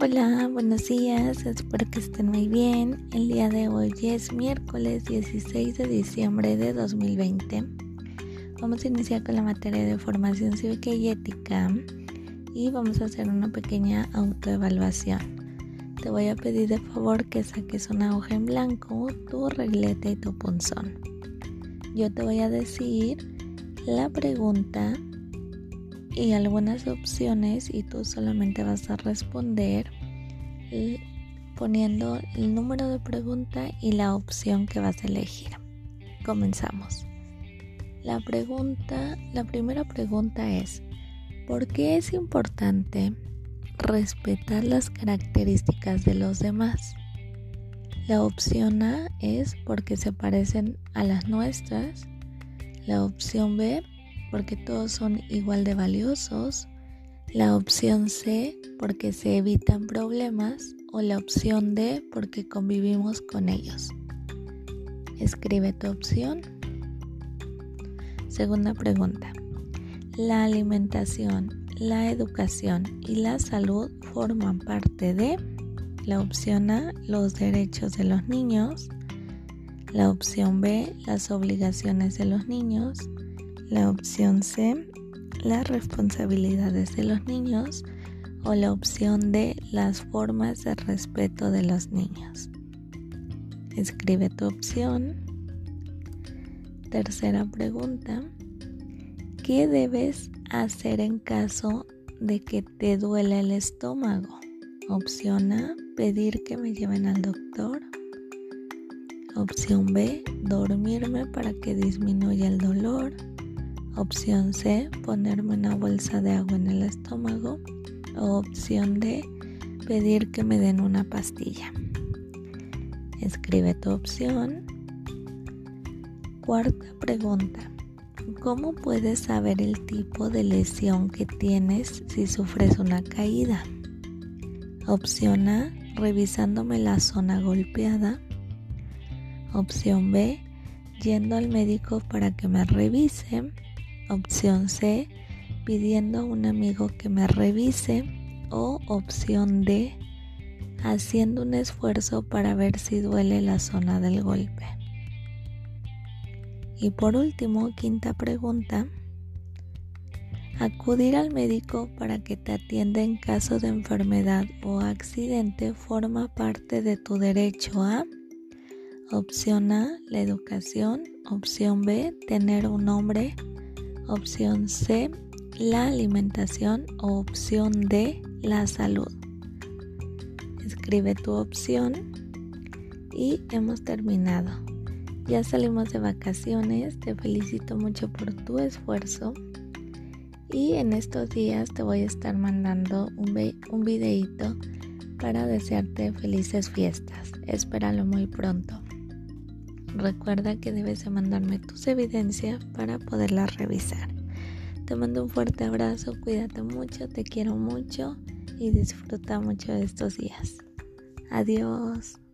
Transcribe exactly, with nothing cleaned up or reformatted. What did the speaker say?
Hola, buenos días, espero que estén muy bien. El día de hoy es miércoles dieciséis de diciembre de dos mil veinte. Vamos a iniciar con la materia de formación cívica y ética y vamos a hacer una pequeña autoevaluación. Te voy a pedir de favor que saques una hoja en blanco, tu regleta y tu punzón. Yo te voy a decir la pregunta y algunas opciones y tú solamente vas a responder poniendo el número de pregunta y la opción que vas a elegir. Comenzamos. La pregunta, la primera pregunta es: ¿por qué es importante respetar las características de los demás? La opción A es porque se parecen a las nuestras. La opción B, porque todos son igual de valiosos. La opción C, porque se evitan problemas. O la opción D, porque convivimos con ellos. Escribe tu opción. Segunda pregunta: ¿la alimentación, la educación y la salud forman parte de? La opción A, los derechos de los niños. La opción B, las obligaciones de los niños. La opción C, las responsabilidades de los niños. O la opción D, las formas de respeto de los niños. Escribe tu opción. Tercera pregunta: ¿qué debes hacer en caso de que te duela el estómago? Opción A, pedir que me lleven al doctor. Opción B, dormirme para que disminuya el dolor. Opción C, ponerme una bolsa de agua en el estómago. O opción D, pedir que me den una pastilla. Escribe tu opción. Cuarta pregunta: ¿cómo puedes saber el tipo de lesión que tienes si sufres una caída? Opción A, revisándome la zona golpeada. Opción B, yendo al médico para que me revise. Opción C, pidiendo a un amigo que me revise. O opción D, haciendo un esfuerzo para ver si duele la zona del golpe. Y por último, quinta pregunta: ¿acudir al médico para que te atienda en caso de enfermedad o accidente forma parte de tu derecho a? Opción A, la educación. Opción B, tener un nombre. Opción C, la alimentación. O opción D, la salud. Escribe tu opción y hemos terminado. Ya salimos de vacaciones, te felicito mucho por tu esfuerzo y en estos días te voy a estar mandando un, ve- un videíto para desearte felices fiestas. Espéralo muy pronto. Recuerda que debes de mandarme tus evidencias para poderlas revisar. Te mando un fuerte abrazo, cuídate mucho, te quiero mucho y disfruta mucho de estos días. Adiós.